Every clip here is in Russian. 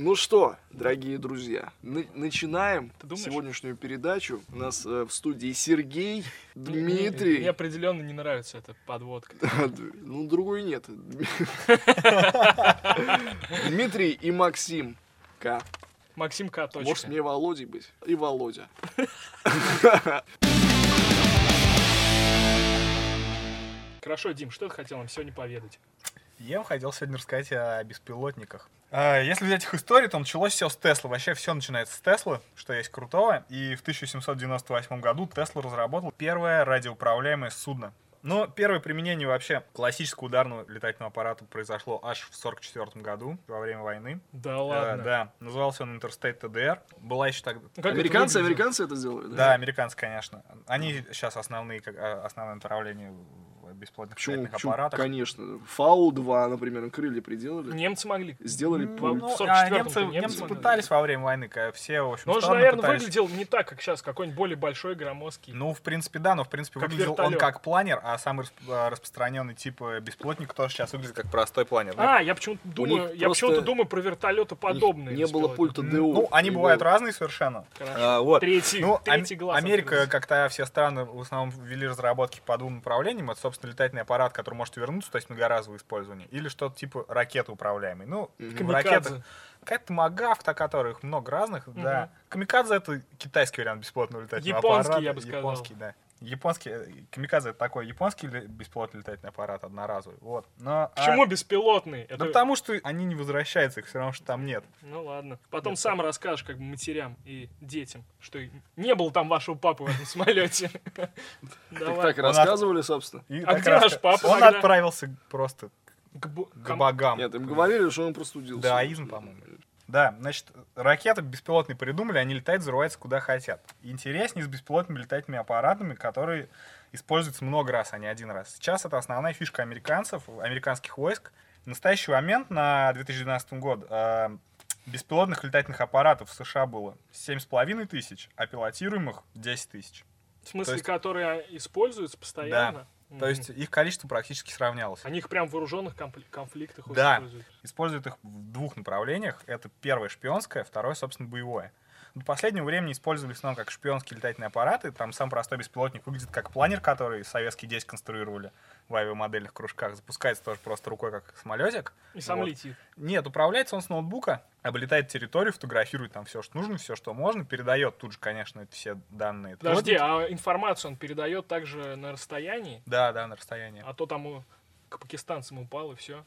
Ну что, дорогие друзья, начинаем сегодняшнюю передачу. У нас в студии Сергей, Дмитрий. Мне определенно не нравится эта подводка. Ну, другой нет. Дмитрий и Максим К. Максим К. Может, мне Володей быть? И Володя. Хорошо, Дим, что ты хотел нам сегодня поведать? Я вам хотел сегодня рассказать о беспилотниках. Если взять их историю, то началось все с Теслы. Вообще все начинается с Теслы, что есть крутого. И в 1798 году Тесла разработал первое радиоуправляемое судно. Но первое применение вообще классического ударного летательного аппарата произошло аж в 1944 году, во время войны. Да ладно? Да, назывался он Interstate TDR. Была еще тогда... Американцы это сделали? Да, американцы, конечно. Они сейчас основное направление беспилотных летательных аппаратов. Конечно. Фау-2, например, крылья приделали. Немцы могли. Сделали немцы пытались во время войны, все, в общем, но он же, наверное, выглядел не так, как сейчас, какой-нибудь более большой, громоздкий. Ну, в принципе, да, но в принципе выглядел он как планер, а самый распространенный тип беспилотника тоже сейчас выглядит как простой планер. Я почему-то думаю про вертолетоподобные. Не было пульта ДУ. Ну, они бывают разные совершенно. Вот. Третий глаз. Америка, как-то все страны в основном ввели разработки по двум направлениям. Это, собственно, летательный аппарат, который может вернуться, то есть многоразовое использование, или что-то типа ракеты управляемый. Ну, в ракетах какая-то томагавк, о которых много разных, да. Камикадзе — это китайский вариант бесплатного летательного аппарата. Японский, я бы сказал. Японский, да. Японский, камикадзе — это такой японский бесплатный летательный аппарат, одноразовый. Вот. Почему беспилотный? Да потому что они не возвращаются, их все равно, что там нет. Ну ладно. Потом сам расскажешь как бы матерям и детям, что не было там вашего папы в этом самолете. Так рассказывали, собственно. А где наш папа? Он отправился просто к богам. Нет, им говорили, что он простудился. Да, Аизм, по-моему. Да, значит, ракеты беспилотные придумали, они летают, взрываются куда хотят. Интереснее с беспилотными летательными аппаратами, которые используются много раз, а не один раз. Сейчас это основная фишка американских войск. В настоящий момент, на 2012 год, беспилотных летательных аппаратов в США было 7,5 тысяч, а пилотируемых 10 тысяч. В смысле, которые используются постоянно? Да. То есть их количество практически сравнялось. Они их прям в вооруженных конфликтах используют? Да, используют их в двух направлениях. Это первое шпионское, второе, собственно, боевое. До последнего времени использовали в основном как шпионские летательные аппараты. Там самый простой беспилотник выглядит как планер, который советские здесь конструировали в авиамодельных кружках. Запускается тоже просто рукой, как самолетик. И сам летит? Нет, управляется он с ноутбука, облетает территорию, фотографирует там все, что нужно, все, что можно, передает тут же, конечно, все данные. Подожди, а информацию он передает также на расстоянии? Да, на расстоянии. А то там к пакистанцам упал и все.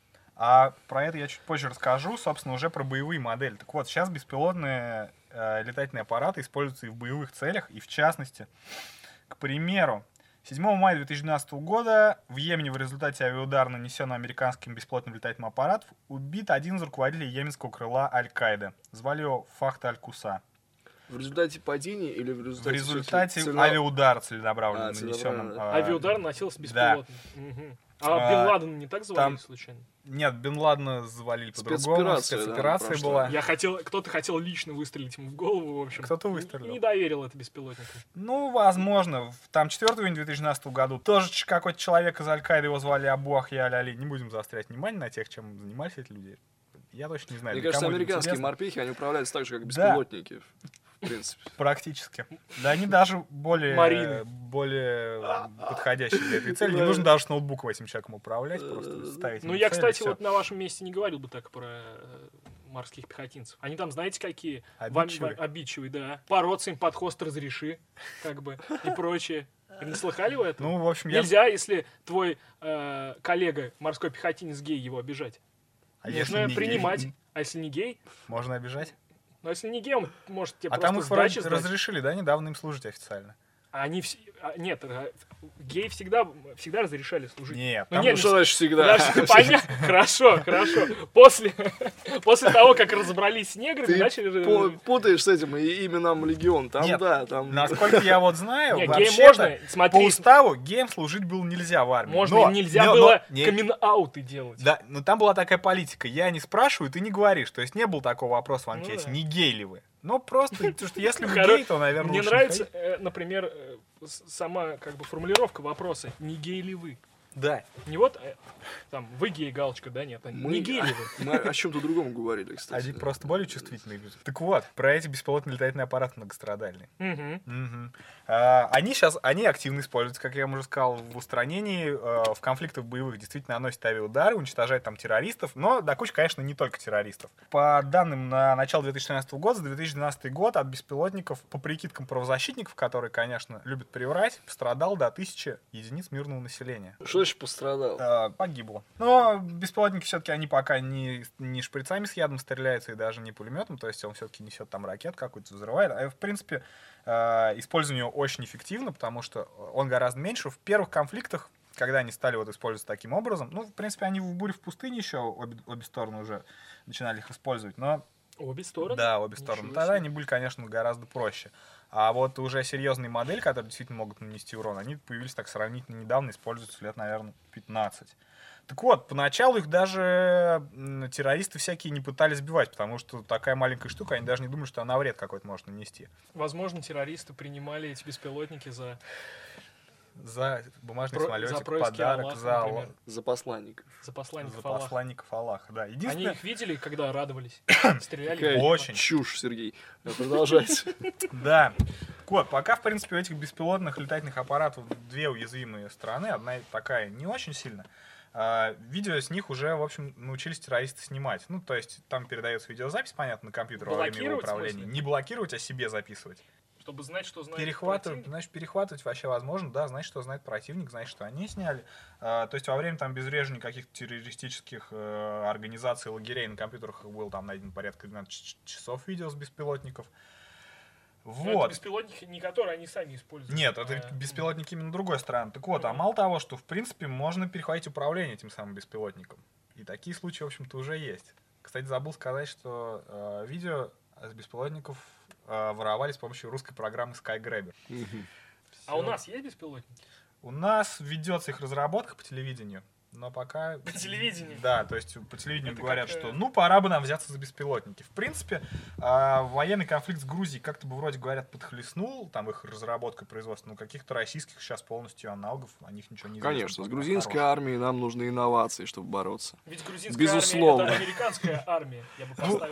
А про это я чуть позже расскажу, собственно, уже про боевые модели. Так вот, сейчас беспилотные летательные аппараты используются и в боевых целях, и в частности, к примеру, 7 мая 2012 года в Йемене в результате авиаудара, нанесенного американским беспилотным летательным аппаратом, убит один из руководителей йеменского крыла Аль-Каиды. Звали его Фахд Аль-Куса. В результате падения или в результате... В результате авиаудара целенаправленно нанесенного. Авиаудар наносился беспилотным. Да. Угу. А Бен Ладена не так завалили случайно? Нет, Бен Ладена завалили по-другому. Спецоперация была. Кто-то хотел лично выстрелить ему в голову, в общем. Кто-то выстрелил. Не доверил это беспилотнику. Ну, возможно. Там 4 июня 2012 году тоже какой-то человек из Аль-Каиды, его звали Абу Ахья Аль-Али. Не будем заострять внимание на тех, чем занимались эти люди. Я точно не знаю. Мне кажется, американские морпехи, они управляются так же, как беспилотники. В принципе. Практически. Да, они даже более подходящие для этой цели. Не нужно даже с ноутбука этим человеком управлять, просто ставить. Ну, я, кстати, вот на вашем месте не говорил бы так про морских пехотинцев. Они там, знаете, какие? Обидчивые, да. Бороться им под хвост разреши, как бы, и прочее. Не слыхали вы это? Ну, в общем, нельзя, если твой коллега, морской пехотинец, гей, его обижать. Можно принимать. А если не гей? Можно обижать. Но если не гей, он может тебе просто сдачи сдать. Разрешили, да, недавно им служить официально? Они нет, геи всегда разрешали служить. Нет, что значит всегда? Понятно, хорошо. После того, как разобрались с неграми, начали... Путаешь с этим именем легион. Там, нет, да, там... Насколько я вот знаю, вообще по уставу геям служить было нельзя в армии. Можно, нельзя было камин-ауты делать. Да, но там была такая политика. Я не спрашиваю, ты не говоришь. То есть не было такого вопроса в анкете. Не гей ли вы? Ну, просто, потому что если вы гей, то, наверное, мне нравится, например, сама как бы формулировка вопроса. Не гей ли вы? Да. Не вот там вы гей, галочка, да, нет, не гей ли вы? Мы о чем-то другом говорили, кстати. Они просто более чувствительные люди. Так вот, про эти беспилотные летательные аппараты многострадальные. Они активно используются, как я вам уже сказал, в устранении, в конфликтах боевых действительно наносят авиаудары, уничтожают там террористов, но до кучи, конечно, не только террористов. По данным на начало 2013 года, за 2012 год от беспилотников, по прикидкам правозащитников, которые, конечно, любят приврать, пострадал до 1000 единиц мирного населения. Что еще пострадал? Погибло. Но беспилотники все-таки, они пока не шприцами с ядом стреляются и даже не пулеметом, то есть он все-таки несет там ракет какую-то, взрывает. А в принципе, использование его очень эффективно, потому что он гораздо меньше. В первых конфликтах, когда они стали вот использовать таким образом, ну, в принципе, они в «Буре в пустыне» еще обе стороны уже начинали их использовать, но... Обе стороны? Да, обе стороны. Тогда они были, конечно, гораздо проще. А вот уже серьезные модели, которые действительно могут нанести урон, они появились так сравнительно недавно, используются лет, наверное, 15. Так вот, поначалу их даже террористы всякие не пытались сбивать, потому что такая маленькая штука, они даже не думали, что она вред какой-то может нанести. Возможно, террористы принимали эти беспилотники за бумажный самолетик, за подарок, Аллаха, за посланников. За посланников Аллаха, да. Они их видели, когда радовались, стреляли. Какая очень. Чушь, Сергей. Продолжайте. Да. Вот, пока, в принципе, у этих беспилотных летательных аппаратов две уязвимые стороны. Одна такая не очень сильно. Видео с них уже, в общем, научились террористы снимать. Ну, то есть там передается видеозапись, понятно, на компьютер во время его управления. Не блокировать, а себе записывать. Чтобы знать, что знает перехватывать, значит, перехватывать вообще возможно, да, знать, что знает противник, знать, что они сняли. То есть во время там безрежения каких-то террористических организаций, лагерей на компьютерах было там найдено порядка 12 часов видео с беспилотников. Вот. Это беспилотники, не которые они сами используют. Нет, это беспилотники именно другой страны. Так вот, а мало того, что в принципе можно перехватить управление этим самым беспилотником. И такие случаи, в общем-то, уже есть. Кстати, забыл сказать, что видео с беспилотников воровали с помощью русской программы SkyGrabber. А у нас есть беспилотники? У нас ведется их разработка по телевидению, но пока... По телевидению? Да, то есть по телевидению это говорят, что ну пора бы нам взяться за беспилотники. В принципе, военный конфликт с Грузией как-то бы вроде говорят подхлестнул, там их разработка производства, но каких-то российских сейчас полностью аналогов, о них ничего не известно. Конечно, с грузинской армией нам нужны инновации, чтобы бороться. Ведь грузинская армия — это американская армия, я бы поставил.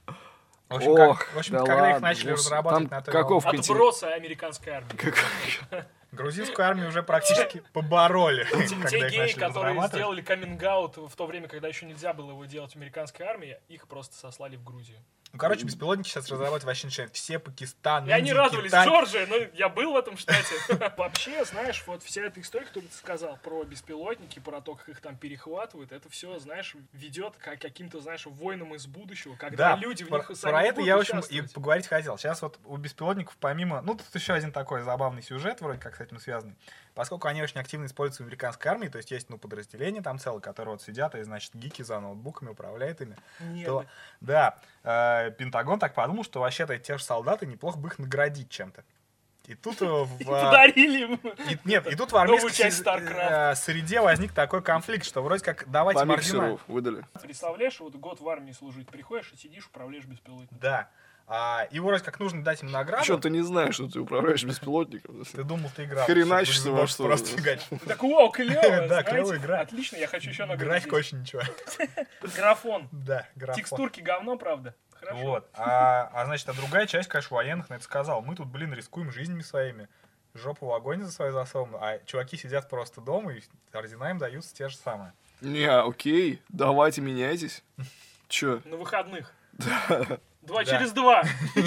В общем, когда их начали разрабатывать на той волне. Отбросы американской армии. Грузинскую армию уже практически побороли. Те геи, которые сделали каминг-аут в то время, когда еще нельзя было его делать в американской армии, их просто сослали в Грузию. Ну, короче, беспилотники сейчас разрабатывать вообще начинают все: Пакистан, и они радовались, Джорджия, ну, я был в этом штате. Вообще, знаешь, вот вся эта история, которую ты сказал про беспилотники, про то, как их там перехватывают, это все, знаешь, ведет к каким-то, знаешь, войнам из будущего, когда люди в них сами про это я, в общем, и поговорить хотел. Сейчас вот у беспилотников помимо... Ну, тут еще один такой забавный сюжет, вроде как с этим связанный. Поскольку они очень активно используются в американской армии, то есть есть, ну, подразделения там целые, которые вот сидят и, значит, гики за ноутбуками управляют ими. То, да, Пентагон так подумал, что вообще-то те же солдаты неплохо бы их наградить чем-то. И тут подарили им. Нет, и тут в армейской среде возник такой конфликт, что вроде как давайте миксеру выдали. Представляешь, вот год в армии служить, приходишь и сидишь, управляешь беспилотником. Да. И вроде как нужно дать им награду. Причем ты не знаешь, что ты управляешь беспилотником. Ты думал, ты играл. Хреначишься во что. Просто фигать. Так вау, клево. Да, клевая игра. Отлично, я хочу еще награду. График очень ничего. Графон. Да, графон. Текстурки говно, правда. Хорошо. Вот. Значит, другая часть, конечно, военных на это сказала. Мы тут, рискуем жизнями своими. Жопу в огонь за свою засовываем. А чуваки сидят просто дома, и ордена им даются те же самые. Не, окей, давайте меняйтесь. Че? На выходных. Да. 2 через 2.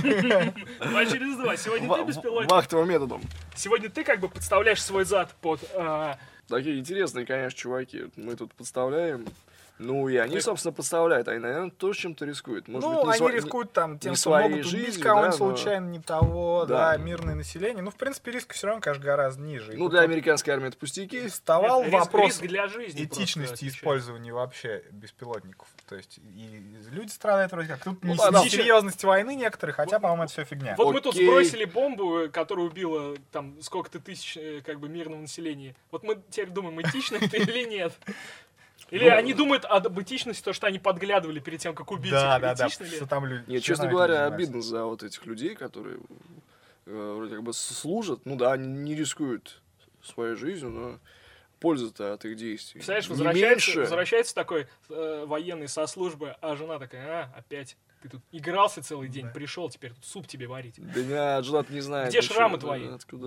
2 через 2. Сегодня ты беспилотник. Вахтовым методом. Сегодня ты как бы подставляешь свой зад под... Такие интересные, конечно, чуваки. Мы тут подставляем. Ну, и они, собственно, подставляют. Они, наверное, тоже чем-то рискуют. Может быть, они рискуют там тем, что могут убить кого-нибудь случайно, не того, да, мирное население. Ну, в принципе, риск все равно, конечно, гораздо ниже. Ну, для американской армии это пустяки. Вставал вопрос для жизни этичности использования вообще беспилотников. То есть, и люди страдают вроде как. Тут серьезность войны некоторые, хотя, по-моему, это все фигня. Вот мы тут сбросили бомбу, которая убила там сколько-то тысяч как бы мирного населения. Вот мы теперь думаем, этично это или нет. Или они думают об этичности, то, что они подглядывали перед тем, как убить их. Да, что там люди... Нет, честно говоря, обидно за вот этих людей, которые вроде как бы служат. Ну да, они не рискуют своей жизнью, но польза-то от их действий? Представляешь, возвращается такой военный со службы, а жена такая, опять ты тут игрался целый день, пришел, теперь тут суп тебе варить. Да нет, жена не знает. Где шрамы твои?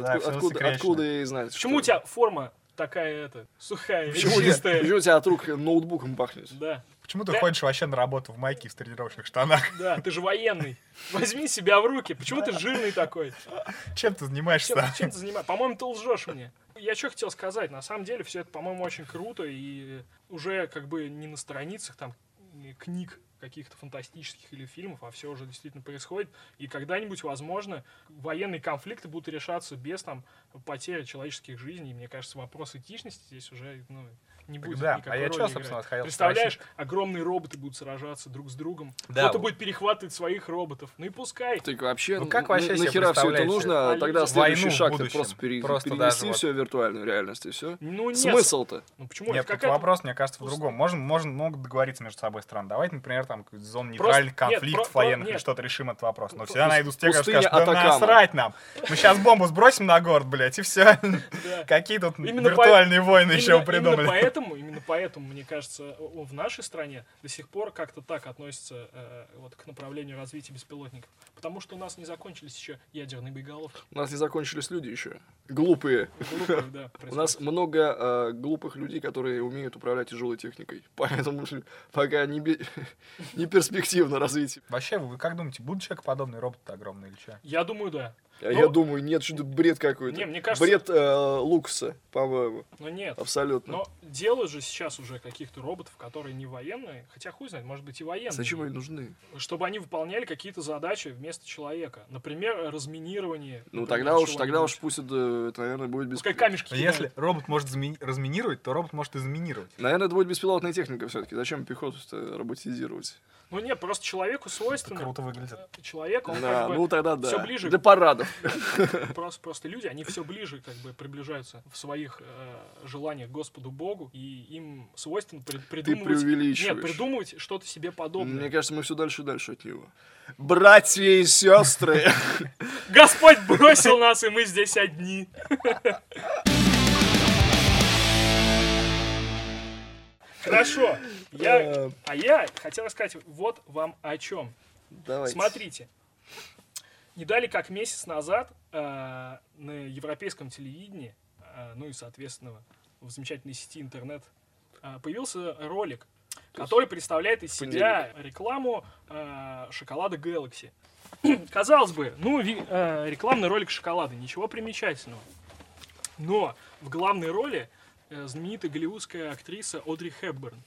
Откуда ей знать? Почему у тебя форма такая, сухая, Почему чистая? у тебя от рук ноутбуком пахнет? Да. Почему ты ходишь вообще на работу в майке и в тренировочных штанах? Да, ты же военный. Возьми себя в руки. Почему ты жирный такой? Чем ты занимаешься? Чем ты занимаешься? По-моему, ты лжешь мне. Я что хотел сказать. На самом деле, все это, по-моему, очень круто. И уже как бы не на страницах там книг каких-то фантастических или фильмов, а все уже действительно происходит. И когда-нибудь, возможно, военные конфликты будут решаться без там потери человеческих жизней. И, мне кажется, вопрос этичности здесь уже не будет никакой роли играть. Представляешь, огромные роботы будут сражаться друг с другом. Кто-то будет перехватывать своих роботов. Ну и пускай. Так вообще, как вообще нахера все это нужно? Тогда следующий шаг это просто перенести все в виртуальную реальность и все. Ну нет. Смысл-то? Ну почему? Нет, тут вопрос, мне кажется, в другом. Могут договориться между собой страны. Давайте, например, там зону нейтральных конфликтов военных или что-то решим этот вопрос. Но всегда найдутся те, которые скажут, да насрать нам. Мы сейчас бомбу сбросим на город, блядь, и все. Какие тут виртуальные войны еще придумали. Именно поэтому, мне кажется, в нашей стране до сих пор как-то так относятся к направлению развития беспилотников. Потому что у нас не закончились еще ядерные боеголовки. У нас не закончились люди еще. Глупые. Да. У нас много глупых людей, которые умеют управлять тяжелой техникой. Поэтому пока не перспективно развитие. Вообще, вы как думаете, будут человекоподобные роботы огромные или что? Я думаю, да. Я думаю, нет, что-то бред какой-то. Не, мне кажется... Бред Лукаса, по-моему. Но нет. Абсолютно. Но делают же сейчас уже каких-то роботов, которые не военные, хотя хуй знает, может быть и военные. Зачем они нужны? Чтобы они выполняли какие-то задачи вместо человека. Например, разминирование. Ну тогда уж пусть это, наверное, будет Пускай камешки кидают. Если робот может разминировать, то робот может и заминировать. Наверное, это будет беспилотная техника все-таки. Зачем пехоту-то роботизировать? Ну нет, просто человеку свойственно. Это круто выглядит. Человек, он да, как бы тогда да. все ближе. Для парадов. Просто люди, они все ближе как бы приближаются в своих желаниях к Господу Богу, и им свойственно придумывать... Ты преувеличиваешь. Нет, придумывать что-то себе подобное. Мне кажется, мы все дальше и дальше от него. Братья и сестры! Господь бросил нас, и мы здесь одни. Хорошо. Я хотел сказать вот вам о чем. Давайте. Смотрите. Не дали как месяц назад на европейском телевидении, ну и, соответственно, в замечательной сети интернет, появился ролик, который представляет из себя рекламу шоколада Galaxy. Казалось бы, рекламный ролик шоколада, ничего примечательного. Но в главной роли знаменитая голливудская актриса Одри Хепберн.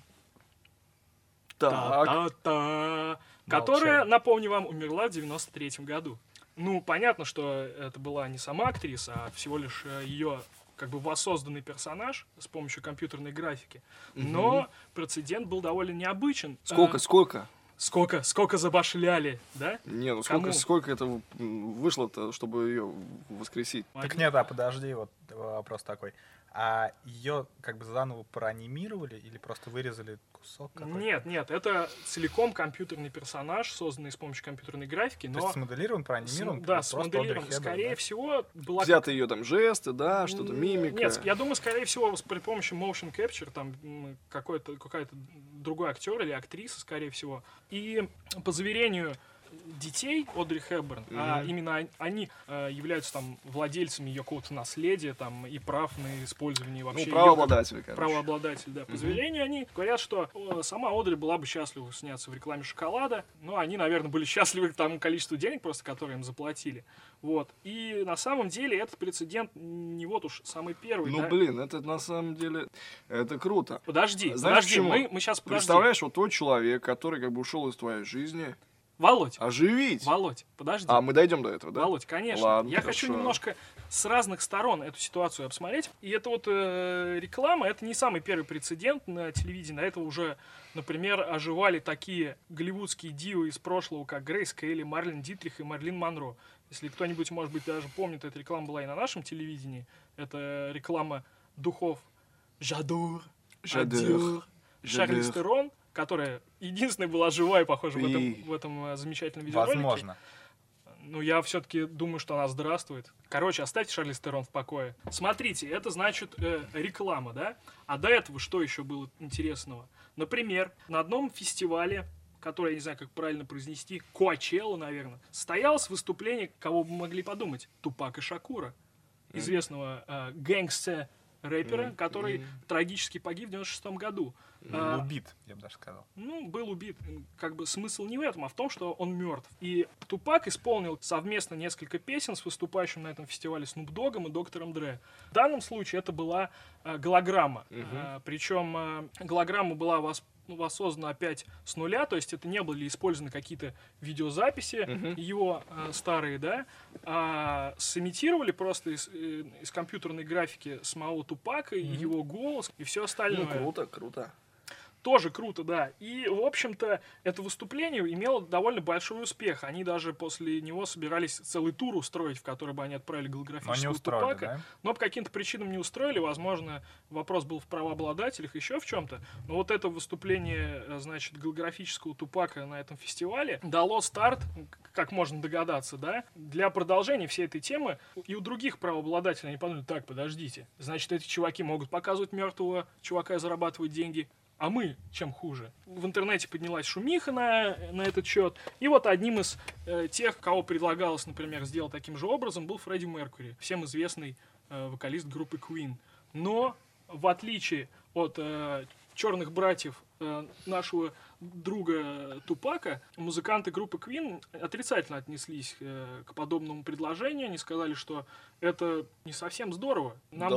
Которая, напомню вам, умерла в 93-м году. Ну, понятно, что это была не сама актриса, а всего лишь ее как бы воссозданный персонаж с помощью компьютерной графики. Но прецедент был довольно необычен. Сколько забашляли, да? Не, ну сколько это вышло-то, чтобы ее воскресить? Так нет, подожди, вот вопрос такой. А ее как бы заново проанимировали или просто вырезали кусок какой-то? Нет, это целиком компьютерный персонаж, созданный с помощью компьютерной графики, но... То есть смоделирован, проанимирован? Да, смоделирован. Скорее всего, была... Взяты ее там жесты, да, что-то мимика. Нет, я думаю, скорее всего, при помощи motion capture, там какой-то другой актер или актриса, скорее всего. И по заверению детей Одри Хепберн, а именно они являются там владельцами ее какого-то наследия там и прав на использование вообще. Ну, правообладатели, короче. Правообладатели, да. По заверению они говорят, что сама Одри была бы счастлива сняться в рекламе шоколада, но они, наверное, были счастливы к тому количеству денег просто, которые им заплатили. Вот. И на самом деле этот прецедент не вот уж самый первый. Ну, да? Блин, это на самом деле, это круто. Подожди, мы сейчас Представляешь, вот тот человек, который как бы ушел из твоей жизни. Володь. Оживить. Володь, подожди. А, мы дойдем до этого, да? Володь, конечно. Ладно, я хочу немножко с разных сторон эту ситуацию обсмотреть. И это вот реклама, это не самый первый прецедент на телевидении. До этого уже, например, оживали такие голливудские дивы из прошлого, как Грейс Келли, Марлен Дитрих и Марлин Монро. Если кто-нибудь, может быть, даже помнит, эта реклама была и на нашем телевидении. Это реклама духов Жадор, Шарлиз Терон, которая единственная была живая, похоже, в этом замечательном видеоролике. Возможно. Ну, я все-таки думаю, что она здравствует. Короче, оставьте Шарлиз Терон в покое. Смотрите, это значит реклама, да? А до этого что еще было интересного? Например, на одном фестивале, который, я не знаю, как правильно произнести, Коачелла, наверное, состоялось выступление, кого бы мы могли подумать, Тупака Шакура, известного гэнгста-рэпера, который трагически погиб в 96-м году. Убит, я бы даже сказал. Ну, был убит. Как бы смысл не в этом, а в том, что он мертв. И Тупак исполнил совместно несколько песен с выступающим на этом фестивале Снуп Доггом и Доктором Дре. В данном случае это была голограмма. Причем голограмма была воссоздана опять с нуля, то есть это не были использованы какие-то видеозаписи его старые, да, а сымитировали просто из компьютерной графики самого Тупака, и его голос, и все остальное. Ну, круто. Тоже круто, да. И, в общем-то, это выступление имело довольно большой успех. Они даже после него собирались целый тур устроить, в который бы они отправили голографического Тупака. Да? Но по каким-то причинам не устроили. Возможно, вопрос был в правообладателях, еще в чем-то. Но вот это выступление, значит, голографического Тупака на этом фестивале дало старт, как можно догадаться, да, для продолжения всей этой темы. И у других правообладателей они подумали: так, подождите, значит, эти чуваки могут показывать мертвого чувака и зарабатывать деньги. А мы чем хуже? В интернете поднялась шумиха на этот счет. И вот одним из тех, кого предлагалось, например, сделать таким же образом, был Фредди Меркьюри, всем известный вокалист группы Queen. Но, в отличие от черных братьев нашего друга Тупака, музыканты группы Queen отрицательно отнеслись к подобному предложению. Они сказали, что это не совсем здорово.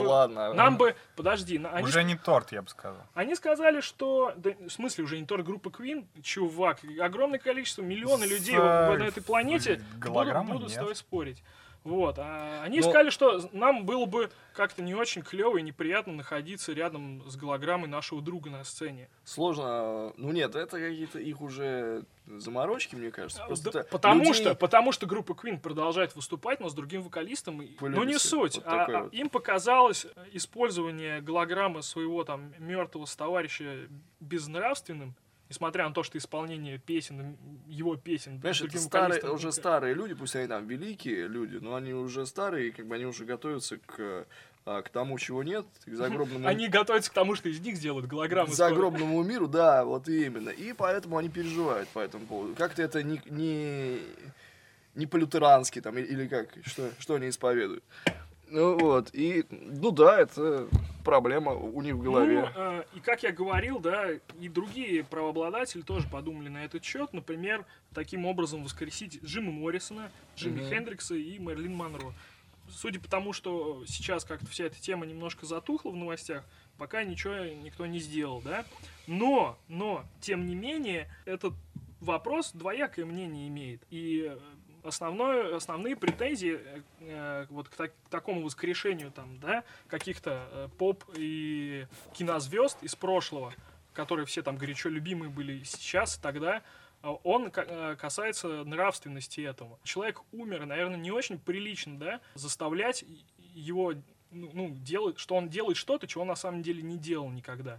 Подожди. Уже не торт, я бы сказал. Они сказали, что... Да, в смысле, уже не торт группы Queen? Чувак, огромное количество, миллионы людей на этой планете будут с тобой спорить. Вот. А они сказали, что нам было бы как-то не очень клево и неприятно находиться рядом с голограммой нашего друга на сцене. Сложно. Ну нет, это какие-то их уже заморочки, мне кажется. Да, потому что группа Queen продолжает выступать, но с другим вокалистом. Но не суть. Вот им показалось использование голограммы своего там мертвого товарища безнравственным. Несмотря на то, что исполнение песен, его песен... Понимаешь, это уже старые люди, пусть они там великие люди, но они уже старые, как бы они уже готовятся к тому, чего нет, к загробному... Они готовятся к тому, что из них сделают голограммы. К загробному миру, да, вот именно. И поэтому они переживают по этому поводу. Как-то это не по-лютерански там, или как, что они исповедуют. Ну вот, и, ну да, это проблема у них в голове. Ну, и как я говорил, да, и другие правообладатели тоже подумали на этот счет. Например, таким образом воскресить Джима Моррисона, Джимми Хендрикса и Мэрилин Монро. Судя по тому, что сейчас как-то вся эта тема немножко затухла в новостях, пока никто не сделал, да. Но, тем не менее, этот вопрос двоякое мнение имеет. И основные претензии вот к такому воскрешению там, да, каких-то поп и кинозвезд из прошлого, которые все там горячо любимые были сейчас и тогда, он касается нравственности этого. Человек умер, наверное, не очень прилично, да, заставлять его делать, что он делает что-то, чего он на самом деле не делал никогда.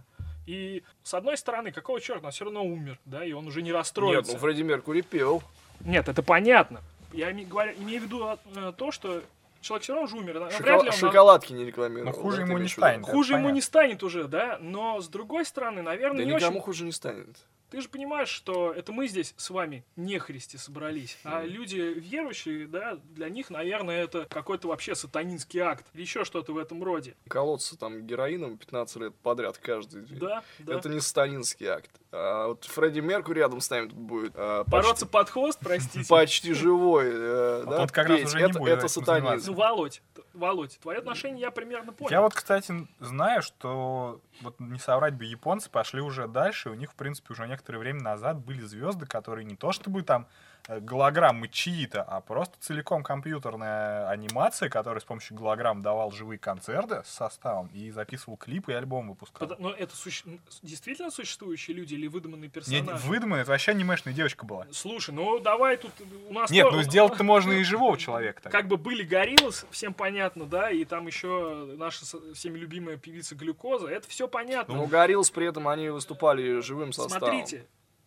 И с одной стороны, какого черта, он все равно умер, да, и он уже не расстроится. Нет, Фредди Меркьюри пел. Нет, это понятно. Я имею в виду то, что человек все равно уже умер. Шоколадки не рекламируют. Но хуже ему не станет. Хуже ему не станет уже, да. Но с другой стороны, наверное, да никому хуже не станет. Ты же понимаешь, что это мы здесь с вами нехристи собрались, а люди верующие, да, для них, наверное, это какой-то вообще сатанинский акт или еще что-то в этом роде. Колоться там героином 15 лет подряд каждый день. Да. Это не сатанинский акт. А вот Фредди Меркьюри рядом с нами тут будет. Бороться под хвост, простите. Почти живой. Да, тут как раз уже не будет. Это сатанизм. Ну, Володь, твое отношение я примерно понял. Я вот, кстати, знаю, что, вот не соврать бы, японцы пошли уже дальше, у них, в принципе, уже некоторое время назад были звезды, которые не то чтобы там голограммы чьи-то, а просто целиком компьютерная анимация, которая с помощью голограмм давал живые концерты с составом и записывал клипы и альбом выпускал. Но это действительно существующие люди или выдуманные персонажи? Нет, выдуманные, это вообще анимешная девочка была. Слушай, ну давай тут у нас... Нет, сделать-то можно и живого человека. Как бы были Гориллас, всем понятно, да, и там еще наша всеми любимая певица Глюкоза, это все понятно. Но у Гориллас при этом они выступали живым составом.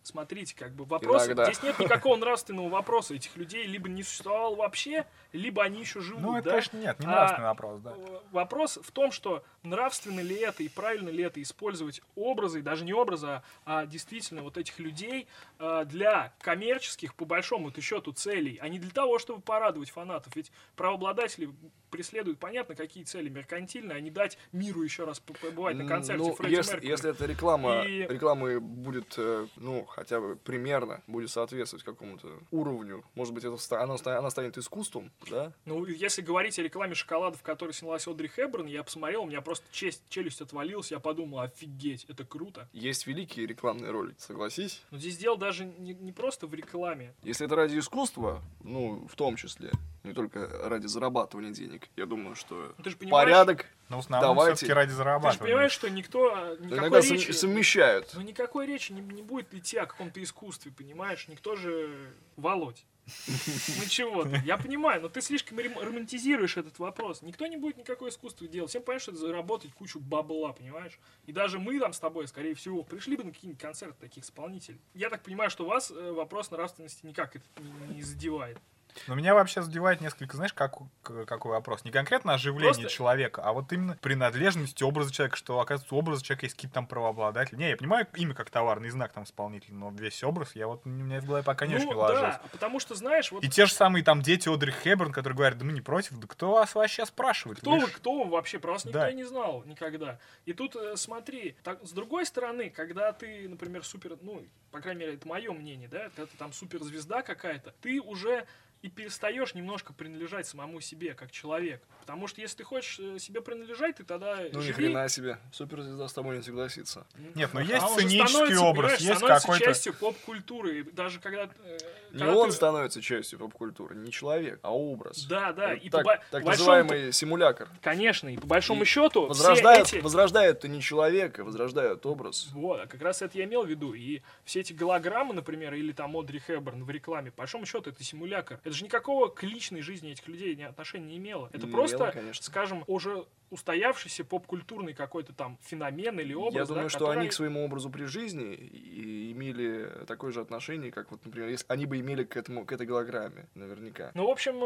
смотрите, как бы вопрос, Иногда. здесь нет никакого нравственного вопроса. Этих людей либо не существовало вообще, либо они еще живут. Ну, это, да? конечно, нет, не нравственный вопрос, да. Вопрос в том, что нравственно ли это и правильно ли это использовать образы, даже не образы, а действительно вот этих людей для коммерческих, по большому счету, целей, а не для того, чтобы порадовать фанатов. Ведь правообладатели преследуют, понятно, какие цели меркантильные, а не дать миру еще раз побывать на концерте Фредди Меркьюри. Если эта реклама будет, хотя бы примерно будет соответствовать какому-то уровню, может быть, она станет искусством, да? Ну, если говорить о рекламе шоколада, в которой снялась Одри Хепберн, я посмотрел, у меня просто челюсть отвалилась, я подумал, офигеть, это круто. Есть великие рекламные ролики, согласись? Но здесь дело даже не просто в рекламе. Если это ради искусства, в том числе, не только ради зарабатывания денег, я думаю, что ты же понимаешь, порядок, Но в основном давайте. все-таки ради Ты же зарабатывания. понимаешь, что никакой Иногда речи... совмещают. Ну, никакой речи не будет идти о каком-то искусстве, понимаешь? Никто же... Володь. Ну чего ты? Я понимаю, но ты слишком романтизируешь этот вопрос. Никто не будет никакое искусство делать. Всем понятно, что это заработать кучу бабла, понимаешь? И даже мы там с тобой, скорее всего, пришли бы на какие-нибудь концерты таких исполнителей. Я так понимаю, что вас вопрос нравственности никак это не задевает. Но меня вообще задевает несколько, знаешь, какой вопрос. Не конкретно оживление Просто- человека, а вот именно принадлежность образа человека, что, оказывается, у образа человека есть какие-то там правообладатели. Не, я понимаю имя как товарный знак там исполнителя, но весь образ, у меня в голове пока не очень ложился. Да, потому что, знаешь, вот И те же самые там дети Одри Хепберн, которые говорят, да мы не против, да кто вас вообще спрашивает? кто вы вообще? Про вас никто Да. и не знал никогда. И тут, смотри, с другой стороны, когда ты, например, по крайней мере, это мое мнение, да, когда ты там суперзвезда какая-то, ты уже и перестаешь немножко принадлежать самому себе, как человек. Потому что если ты хочешь себе принадлежать, ты тогда Ну, ни живи. хрена себе. Суперзвезда с тобой не согласится. Нет, ну А есть он уже сценический становится, образ, понимаешь, есть становится какой-то... частью поп-культуры. И даже когда... Не когда он ты- становится частью поп-культуры, не человек, а образ. Да, да. Это И так по называемый симулятор. Конечно, и по большому И счету Возрождают, все эти... возрождают-то не человека, возрождают образ. Вот, а как раз это я имел в виду. И все эти голограммы, например, или там Одри Хепберн в рекламе, по большому счету, это симулятор. Это же никакого к личной жизни этих людей отношения не имело. Это Не просто, имело, конечно. скажем, уже устоявшийся поп-культурный какой-то там феномен или образ. Я думаю, да, что который- они к своему образу при жизни и имели такое же отношение, как вот, например, если они бы имели к этой голограмме, наверняка. Ну, в общем,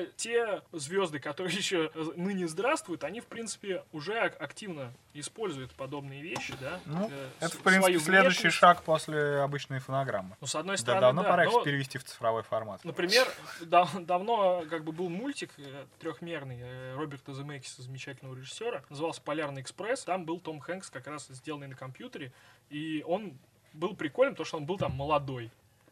те звезды, которые еще ныне здравствуют, они, в принципе, уже активно используют подобные вещи, да. Ну, это, в свою принципе, следующий внешность. шаг после обычной фонограммы. Ну, с одной Да, стороны, давно да, пора их но- перевести в цифровой формат. Например, давно как бы был мультик трехмерный Роберта Земекиса, замечательного режиссера, назывался «Полярный экспресс». Там был Том Хэнкс, как раз сделанный на компьютере, и он был прикольным, потому что он был там молодой.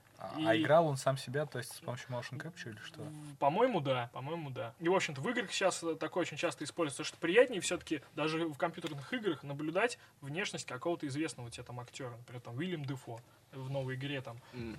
А играл он сам себя, то есть с помощью motion capture или что? По-моему, да. И, в общем-то, в играх сейчас такое очень часто используется, потому что приятнее все-таки даже в компьютерных играх наблюдать внешность какого-то известного тебе там актера, например, там Уильям Дефо в новой игре там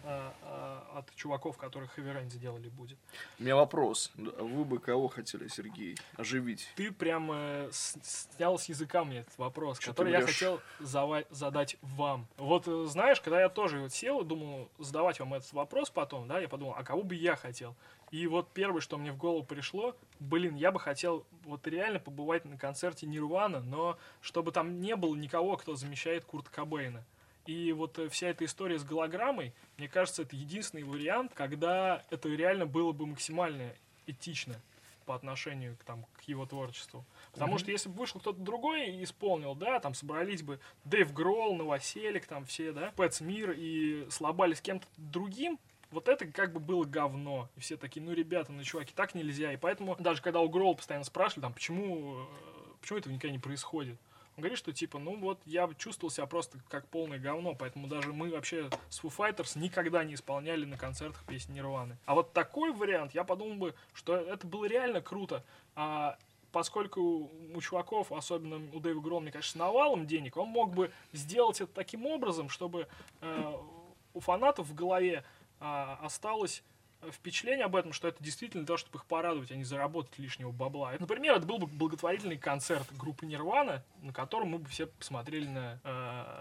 от чуваков, которых Heavy Rain сделали, будет. У меня вопрос. Вы бы кого хотели, Сергей, оживить? Ты прям снял с языка мне этот вопрос, Чё который ты я врёшь? хотел задать вам. Вот знаешь, когда я тоже вот сел и думал задавать вам этот вопрос потом, да, я подумал, а кого бы я хотел? И вот первое, что мне в голову пришло, я бы хотел вот реально побывать на концерте Нирвана, но чтобы там не было никого, кто замещает Курта Кобейна. И вот вся эта история с голограммой, мне кажется, это единственный вариант, когда это реально было бы максимально этично по отношению к его творчеству. Потому что если бы вышел кто-то другой и исполнил, да, там собрались бы Дэйв Гролл, Новоселик, там все, да, Пэтс Мир и слабали с кем-то другим, вот это как бы было говно. И все такие, ребята, чуваки, так нельзя. И поэтому даже когда у Гролла постоянно спрашивали, там, почему этого никогда не происходит, он говорит, что типа, я чувствовал себя просто как полное говно, поэтому даже мы вообще с Foo Fighters никогда не исполняли на концертах песни Нирваны. А вот такой вариант, я подумал бы, что это было реально круто. Поскольку у чуваков, особенно у Дэйва Гролла, мне кажется, с навалом денег, он мог бы сделать это таким образом, чтобы у фанатов в голове осталось впечатление об этом, что это действительно для того, чтобы их порадовать, а не заработать лишнего бабла. Например, это был бы благотворительный концерт группы Нирвана, на котором мы бы все посмотрели на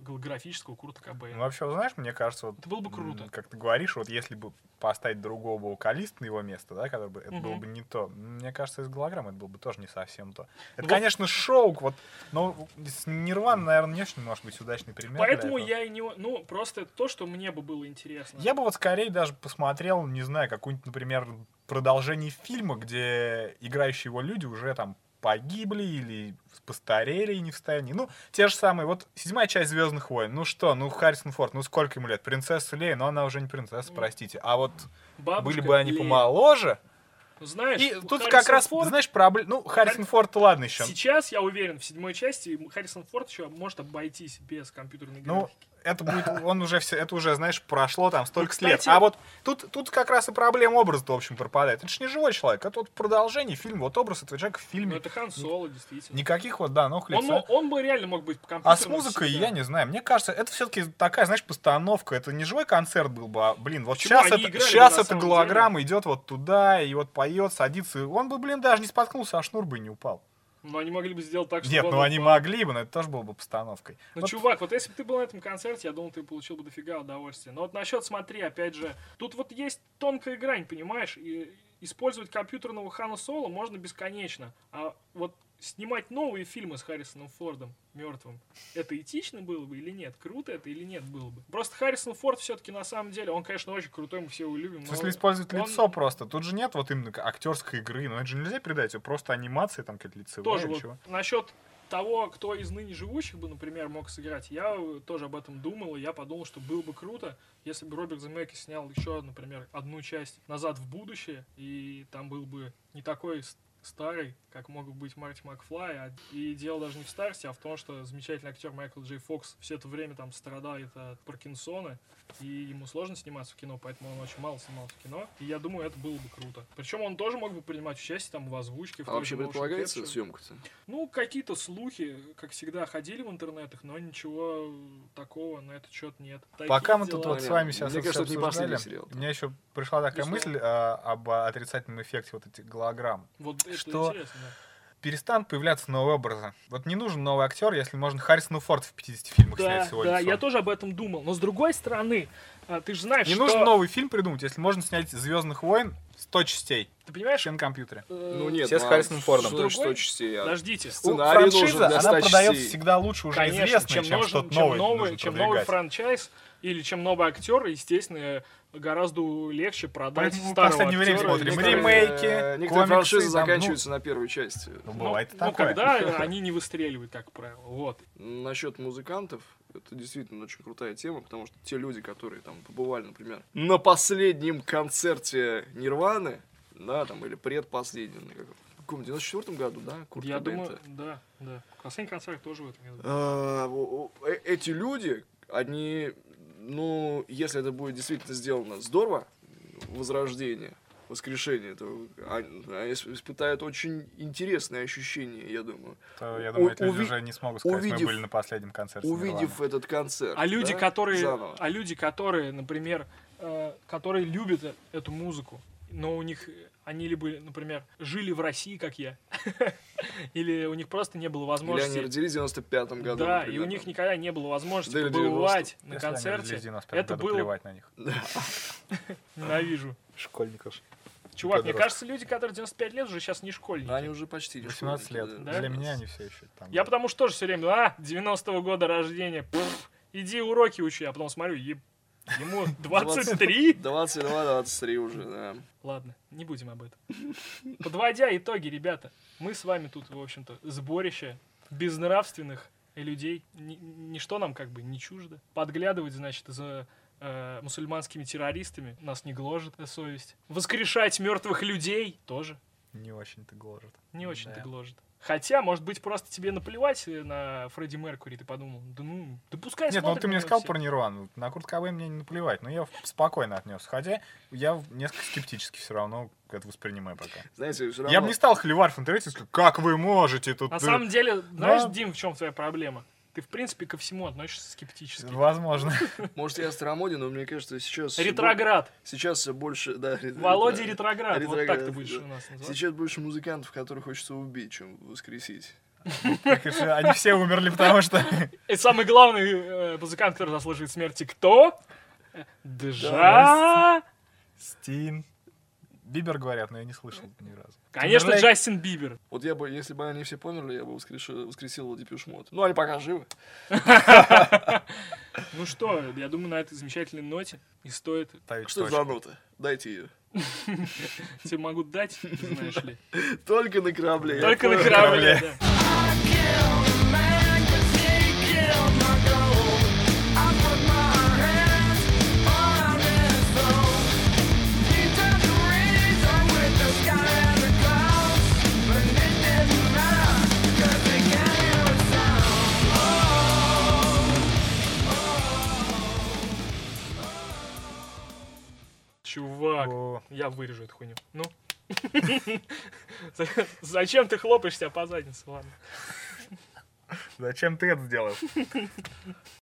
голографического Курта Кобейна. Ну, вообще, знаешь, мне кажется, вот, это было бы круто. Как ты говоришь, вот если бы поставить другого вокалиста на его место, да, который бы, это было бы не то. Мне кажется, из голограммы это было бы тоже не совсем то. Это, конечно, шоу, вот, но с Нирвана, наверное, не очень может быть удачный пример. Поэтому я и не... Ну, просто то, что мне бы было интересно. Я бы вот скорее даже посмотрел, не знаю, какую-нибудь, например, продолжение фильма, где играющие его люди уже там погибли или постарели и не в состоянии. Ну, те же самые, вот 7-я часть «Звездных войн». Ну что, ну Харрисон Форд, ну сколько ему лет? Принцесса Лея, но она уже не принцесса, простите. А вот Бабушка были бы они Лея. помоложе. Знаешь, И тут как раз, знаешь, проблема... Ну, Харрисон Форд, ладно еще. Сейчас, я уверен, в 7-й части Харрисон Форд еще может обойтись без компьютерной графики. Это будет, он уже все, это уже, знаешь, прошло там столько кстати, лет. А вот тут как раз и проблема образа-то, в общем, пропадает. Это же не живой человек, это вот продолжение фильма, вот образ этого человека в фильме. Ну, это Хан Соло, действительно. Никаких вот, да, ног лица. Он бы реально мог быть компьютерным. А с музыкой, я не знаю, мне кажется, это все-таки такая, знаешь, постановка. Это не живой концерт был бы, а, блин, вот сейчас эта голограмма идет вот туда, и вот поет, садится. И он бы, блин, даже не споткнулся, а шнур бы не упал. Но они могли бы сделать так, что... Нет, они могли бы, но это тоже было бы постановкой. Ну, вот, чувак, вот если бы ты был на этом концерте, я думал, ты получил бы дофига удовольствия. Но вот насчет, смотри, опять же, тут вот есть тонкая грань, понимаешь? И использовать компьютерного Хана Соло можно бесконечно. А вот снимать новые фильмы с Харрисоном Фордом мертвым, это этично было бы или нет? Круто это или нет было бы? Просто Харрисон Форд все-таки на самом деле, он, конечно, очень крутой, мы все его любим. Если использовать лицо просто, тут же нет вот именно актерской игры, но это же нельзя передать, просто анимация там какие-то лицевые. Тоже вот насчет того, кто из ныне живущих бы, например, мог сыграть, я тоже об этом думал, и я подумал, что было бы круто, если бы Роберт Земекис снял еще, например, одну часть «Назад в будущее», и там был бы не такой старый, как мог быть Марти Макфлай, и дело даже не в старости, а в том, что замечательный актер Майкл Джей Фокс все это время там страдает от Паркинсона, и ему сложно сниматься в кино, поэтому он очень мало снимался в кино, и я думаю, это было бы круто. Причем он тоже мог бы принимать участие там в озвучке. А вообще предполагается съемка-то? Ну, какие-то слухи, как всегда, ходили в интернетах, но ничего такого на этот счет нет. Пока мы тут вот с вами сейчас Мне кажется, это не последний сериал. У меня еще пришла такая мысль об отрицательном эффекте вот этих голограмм. Вот это что интересно, да. Перестанут появляться новые образы. Вот не нужен новый актер, если можно Харрисона Форда в 50 фильмах снять всего Да, лицо. я тоже об этом думал. Но с другой стороны, ты же знаешь, не что... нужно новый фильм придумать, если можно снять «Звездных войн» 100 частей. Ты понимаешь? На компьютере. Ну нет, все с Харрисоном Фордом. 100 частей. Подождите. Франшиза, она продается всегда лучше уже известная, чем что-то новое. Чем новый франчайз или чем новый актер, естественно, гораздо легче продать старого актера. В последнее время смотрим ремейки, некоторые франшизы заканчиваются на первой части. Бывает такое. Когда они не выстреливают, как правило. Вот. Насчет музыкантов, это действительно очень крутая тема, потому что те люди, которые там побывали, например, на последнем концерте Нирваны, да, там, или предпоследнем, в каком 94-м году, да? Курт Я Кобейн-то. думаю, да. Последний концерт тоже в этом году. Эти люди, они, ну, если это будет действительно сделано здорово, возрождение, воскрешение, то они испытают очень интересные ощущения, я думаю. Я думаю, эти люди уже не смогут сказать, мы были на последнем концерте. Увидев этот концерт. А люди, да, которые, например, которые любят эту музыку, но у них они либо, например, жили в России, как я, или у них просто не было возможности... Или они родились в 95-м году. Да, например, и у них никогда не было возможности побывать на концерте. Это было... плевать на них. Ненавижу. Школьников. Чувак, мне кажется, люди, которые 95 лет, уже сейчас не школьники. Они уже почти не 18 лет. Да? Для меня они все еще там. Я потому что тоже все время, 90-го года рождения, иди уроки учи, а потом смотрю, ему 23? 22-23 уже, да. Ладно, не будем об этом. Подводя итоги, ребята, мы с вами тут, в общем-то, сборище безнравственных людей. Ничто нам как бы не чуждо. Подглядывать, значит, за мусульманскими террористами нас не гложет совесть. Воскрешать мертвых людей тоже. Не очень-то гложет. Не очень-то гложет. Хотя, может быть, просто тебе наплевать на Фредди Меркьюри, ты подумал, да пускай смотрит. Нет, ты мне сказал все. про Нирвану, на Курт Кобейн мне не наплевать, но я спокойно отнес. Хотя я несколько скептически все равно это воспринимаю пока. Знаете, все равно... Я бы не стал хлевать в интернете и сказать, как вы можете тут... На самом деле, знаешь, Дим, в чем твоя проблема? Ты, в принципе, ко всему относишься скептически. Возможно. Может, я старомоден, но мне кажется, сейчас... Ретроград. Сейчас больше... Да, Володя Ретроград. Вот так ты будешь у нас называть. Сейчас больше музыкантов, которых хочется убить, чем воскресить. Они все умерли, потому что... И самый главный музыкант, который заслуживает смерти, кто? Стин. Бибер говорят, но я не слышал ни разу. Конечно, Джастин Бибер. Вот я бы, если бы они все померли, я бы воскресил Депеш Мод. Ну, они пока живы. Ну что, я думаю, на этой замечательной ноте и стоит... Что это за нота? Дайте ее. Тебе могу дать, знаешь ли. Только на корабле. Только на корабле, да. Чувак, я вырежу эту хуйню. Ну? Зачем ты хлопаешь себя по заднице, ладно? Зачем ты это сделал?